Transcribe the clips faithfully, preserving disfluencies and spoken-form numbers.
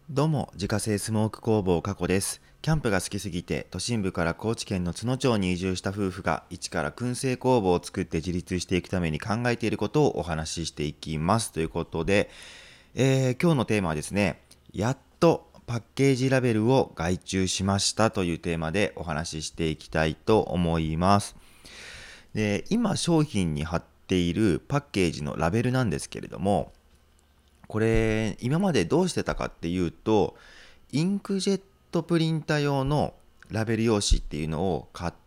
どうも、自家製スモーク工房加古です。キャンプが好きすぎて、都心部から高知県の津野町に移住した夫婦が、一から燻製工房を作って自立していくために考えていることをお話ししていきます。ということで、えー今日のテーマはですね、やっとパッケージラベルを外注しましたというテーマでお話ししていきたいと思います。で、今商品に貼っているパッケージのラベルなんですけれども、これ今までどうしてたかっていうと、インクジェットプリンタ用のラベル用紙っていうのを買って、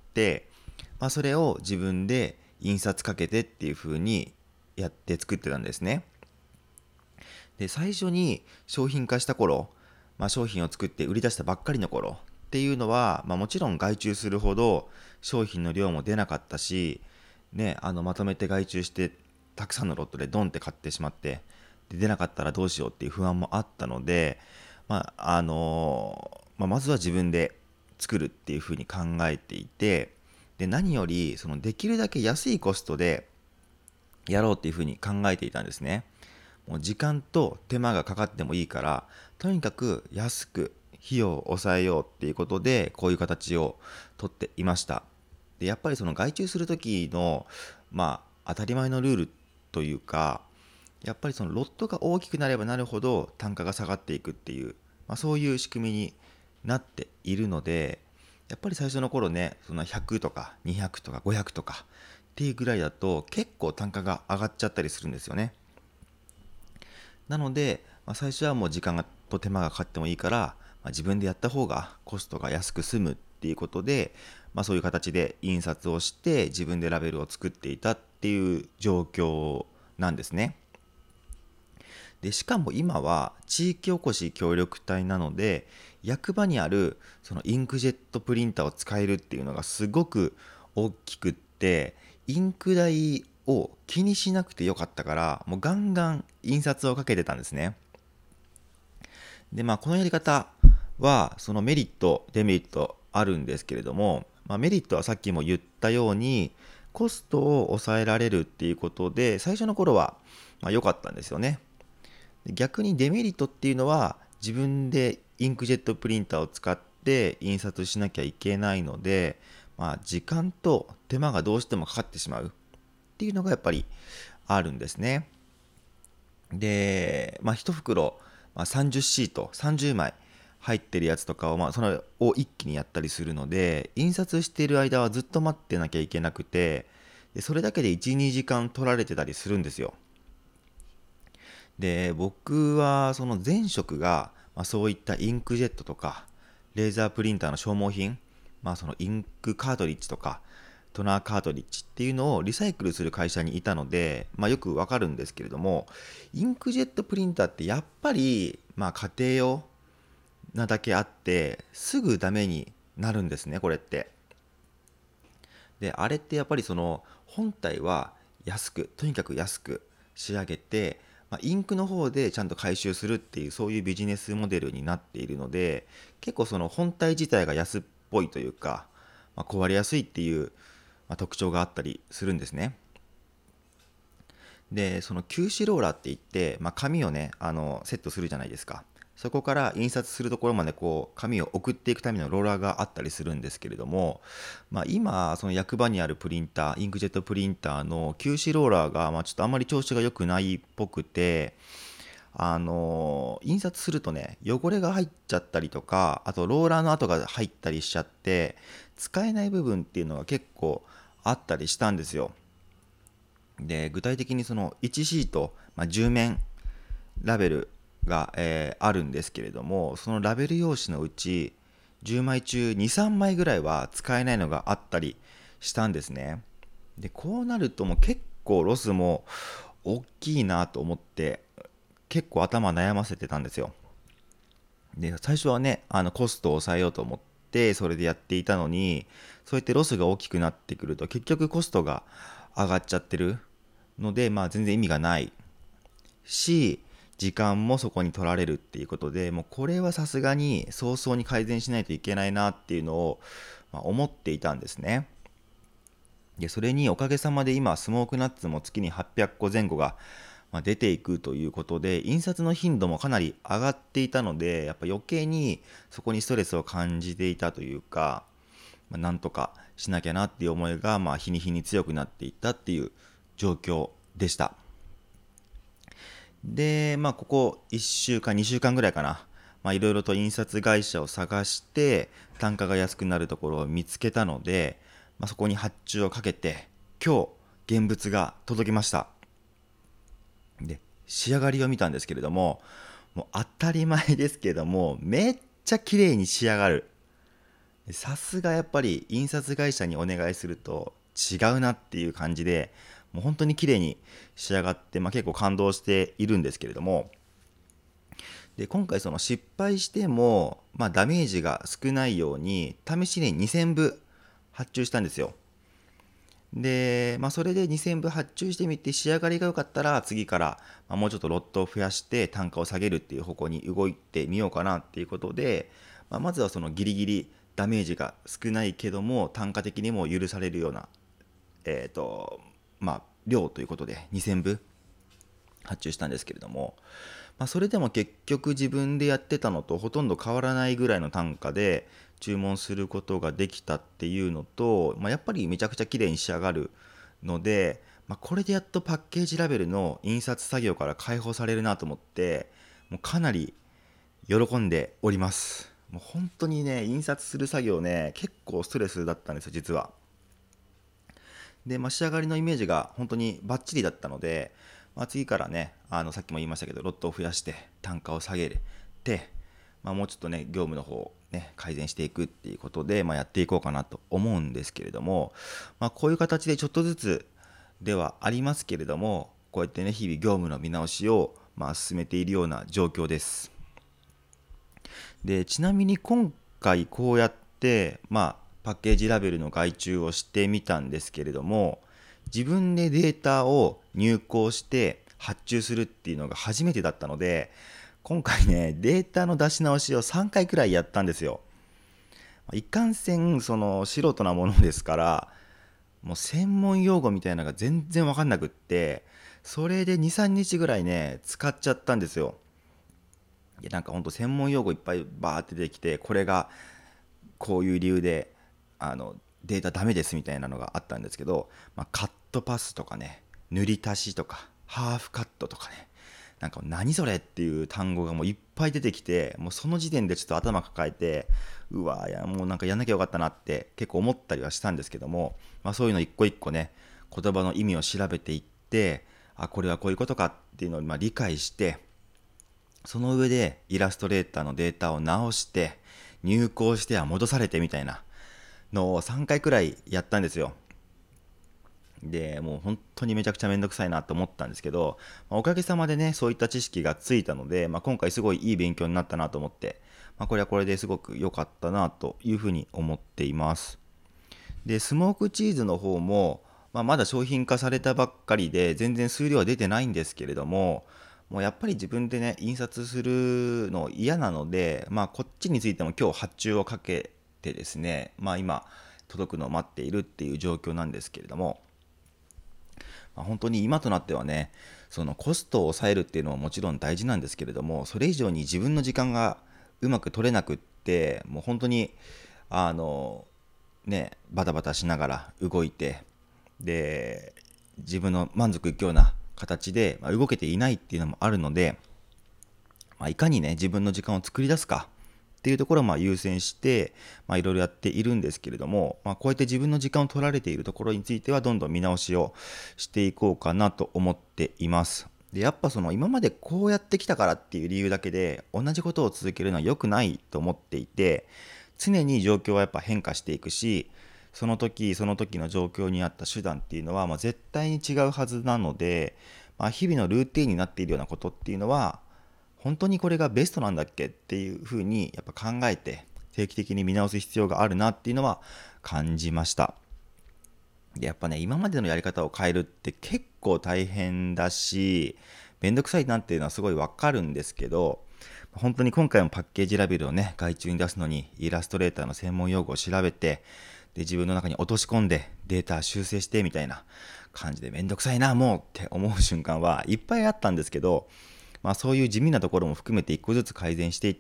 まあ、それを自分で印刷かけてっていう風にやって作ってたんですね。で、最初に商品化した頃、まあ、商品を作って売り出したばっかりの頃っていうのは、まあ、もちろん外注するほど商品の量も出なかったし、ね、あのまとめて外注してたくさんのロットでドンって買ってしまって、で出なかったらどうしようっていう不安もあったので、まああのまあ、まずは自分で作るっていうふうに考えていて、で何よりそのできるだけ安いコストでやろうっていうふうに考えていたんですね。もう時間と手間がかかってもいいから、とにかく安く費用を抑えようっていうことで、こういう形をとっていました。で、やっぱりその外注する時の、まあ、当たり前のルールというか、やっぱりそのロットが大きくなればなるほど単価が下がっていくっていう、まあ、そういう仕組みになっているので、やっぱり最初の頃ね、そのひゃくとかにひゃくとかごひゃくとかっていうぐらいだと結構単価が上がっちゃったりするんですよね。なので、まあ、最初はもう時間がと手間がかかってもいいから、まあ、自分でやった方がコストが安く済むっていうことで、まあ、そういう形で印刷をして自分でラベルを作っていたっていう状況なんですね。でしかも今は地域おこし協力隊なので、役場にあるそのインクジェットプリンターを使えるっていうのがすごく大きくって、インク代を気にしなくてよかったから、もうガンガン印刷をかけてたんですね。でまあこのやり方はそのメリットデメリットあるんですけれども、まあ、メリットはさっきも言ったようにコストを抑えられるっていうことで、最初の頃はまあ良かったんですよね。逆にデメリットっていうのは、自分でインクジェットプリンターを使って印刷しなきゃいけないので、まあ、時間と手間がどうしてもかかってしまうっていうのがやっぱりあるんですね。で、まあ、いち袋、まあ、さんじゅうシートさんじゅうまい入ってるやつとかを、まあ、それを一気にやったりするので、印刷している間はずっと待ってなきゃいけなくて、でそれだけでいち、にじかん取られてたりするんですよ。で、僕はその前職が、まあ、そういったインクジェットとか、レーザープリンターの消耗品、まあそのインクカートリッジとか、トナーカートリッジっていうのをリサイクルする会社にいたので、まあよくわかるんですけれども、インクジェットプリンターってやっぱり、まあ家庭用なだけあって、すぐダメになるんですね、これって。で、あれってやっぱりその本体は安く、とにかく安く仕上げて、まあ、インクの方でちゃんと回収するっていう、そういうビジネスモデルになっているので、結構その本体自体が安っぽいというか、まあ、壊れやすいっていう、まあ、特徴があったりするんですね。で、その吸紙ローラーって言って、まあ、紙をね、あのセットするじゃないですか。そこから印刷するところまでこう紙を送っていくためのローラーがあったりするんですけれども、まあ、今その役場にあるプリンターインクジェットプリンターの吸紙ローラーがまあちょっとあんまり調子が良くないっぽくて、あの印刷するとね汚れが入っちゃったりとか、あとローラーの跡が入ったりしちゃって使えない部分っていうのが結構あったりしたんですよ。で具体的にそのいちシート、まあ、じゅう面ラベルが、えーあるんですけれども、そのラベル用紙のうちじゅうまい中に、さんまいぐらいは使えないのがあったりしたんですね。でこうなるともう結構ロスも大きいなと思って、結構頭悩ませてたんですよ。で最初はね、あのコストを抑えようと思ってそれでやっていたのに、そうやってロスが大きくなってくると結局コストが上がっちゃってるので、まあ全然意味がないし、時間もそこに取られるっていうことで、もうこれはさすがに早々に改善しないといけないなっていうのを、まあ、思っていたんですね。でそれにおかげさまで今スモークナッツも月にはっぴゃっこ前後が、 まあ、出ていくということで、印刷の頻度もかなり上がっていたので、やっぱ余計にそこにストレスを感じていたというか、まあ、なんとかしなきゃなっていう思いが、まあ、日に日に強くなっていったっていう状況でした。で、まあ、ここいっしゅうかん、にしゅうかんぐらいかな、まあ、いろいろと印刷会社を探して、単価が安くなるところを見つけたので、まあ、そこに発注をかけて、今日、現物が届きました。で、仕上がりを見たんですけれども、もう当たり前ですけども、めっちゃ綺麗に仕上がる。さすがやっぱり印刷会社にお願いすると違うなっていう感じで、もう本当に綺麗に仕上がって、まあ、結構感動しているんですけれども、で今回その失敗しても、まあ、ダメージが少ないように試しににせんぶ発注したんですよ。で、まあ、それでにせんぶ発注してみて仕上がりが良かったら次から、まあ、もうちょっとロットを増やして単価を下げるっていう方向に動いてみようかなっていうことで、まあ、まずはそのギリギリダメージが少ないけども単価的にも許されるような、えーとまあ、量ということでにせんぶ発注したんですけれども、まあ、それでも結局自分でやってたのとほとんど変わらないぐらいの単価で注文することができたっていうのと、まあ、やっぱりめちゃくちゃ綺麗に仕上がるので、まあ、これでやっとパッケージラベルの印刷作業から解放されるなと思って、もうかなり喜んでおります。もう本当にね、印刷する作業ね、結構ストレスだったんですよ、実は。で、まあ、仕上がりのイメージが本当にバッチリだったので、まあ、次からね、あのさっきも言いましたけど、ロットを増やして単価を下げて、まあ、もうちょっとね、業務の方をね、改善していくっていうことで、まあ、やっていこうかなと思うんですけれども、まあ、こういう形でちょっとずつではありますけれども、こうやってね、日々業務の見直しを、まあ、進めているような状況です。で、ちなみに今回こうやって、まあ、パッケージラベルの外注をしてみたんですけれども、自分でデータを入稿して発注するっていうのが初めてだったので、今回ね、データの出し直しをさんかいくらいやったんですよ。いかんせん、その素人なものですから、もう専門用語みたいなのが全然わかんなくって、それでに、さんにちぐらいね、使っちゃったんですよ。いやなんかほんと専門用語いっぱいバーって出てきて、これがこういう理由であのデータダメですみたいなのがあったんですけど、まあ、カットパスとかね、塗り足しとかハーフカットとかね、なんか何それっていう単語がもういっぱい出てきて、もうその時点でちょっと頭抱えて、うわー、いやもうなんかやんなきゃよかったなって結構思ったりはしたんですけども、まあ、そういうの一個一個ね、言葉の意味を調べていって、あ、これはこういうことかっていうのをまあ理解して、その上でイラストレーターのデータを直して入稿しては戻されてみたいなのをさんかいくらいやったんですよ。でもう本当にめちゃくちゃめんどくさいなと思ったんですけど、まあおかげさまでねそういった知識がついたので、まあ、今回すごいいい勉強になったなと思って、まあ、これはこれですごく良かったなというふうに思っています。でスモークチーズの方も、まあ、まだ商品化されたばっかりで全然数量は出てないんですけれども、もうやっぱり自分でね印刷するの嫌なので、まあ、こっちについても今日発注をかけてですね、まあ、今届くのを待っているっていう状況なんですけれども、まあ、本当に今となってはね、そのコストを抑えるっていうのはもちろん大事なんですけれども、それ以上に自分の時間がうまく取れなくって、もう本当にあのねバタバタしながら動いて、で自分の満足いくような形で、まあ、動けていないっていうのもあるので、まあ、いかにね自分の時間を作り出すかっていうところをまあ優先して、まあ、いろいろやっているんですけれども、まあ、こうやって自分の時間を取られているところについてはどんどん見直しをしていこうかなと思っています。でやっぱその今までこうやってきたからっていう理由だけで同じことを続けるのは良くないと思っていて、常に状況はやっぱ変化していくし、その時その時の状況に合った手段っていうのはまあ絶対に違うはずなので、まあ、日々のルーティンになっているようなことっていうのは本当にこれがベストなんだっけっていうふうにやっぱ考えて定期的に見直す必要があるなっていうのは感じました。でやっぱね今までのやり方を変えるって結構大変だしめんどくさいなっていうのはすごいわかるんですけど、本当に今回もパッケージラベルをね外注に出すのにイラストレーターの専門用語を調べて、で自分の中に落とし込んでデータ修正してみたいな感じでめんどくさいなもうって思う瞬間はいっぱいあったんですけど、まあ、そういう地味なところも含めて一個ずつ改善していって、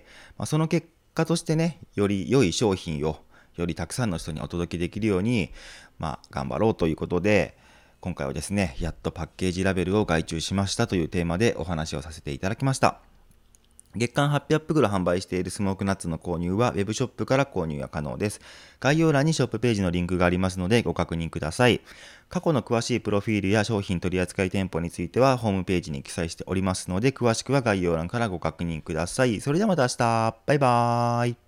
まあ、その結果としてね、より良い商品をよりたくさんの人にお届けできるように、まあ、頑張ろうということで、今回はですね、やっとパッケージラベルを外注しましたというテーマでお話をさせていただきました。月間はっぴゃく袋販売しているスモークナッツの購入は Web ショップから購入が可能です。概要欄にショップページのリンクがありますのでご確認ください。過去の詳しいプロフィールや商品取扱店舗についてはホームページに記載しておりますので、詳しくは概要欄からご確認ください。それではまた明日。バイバーイ。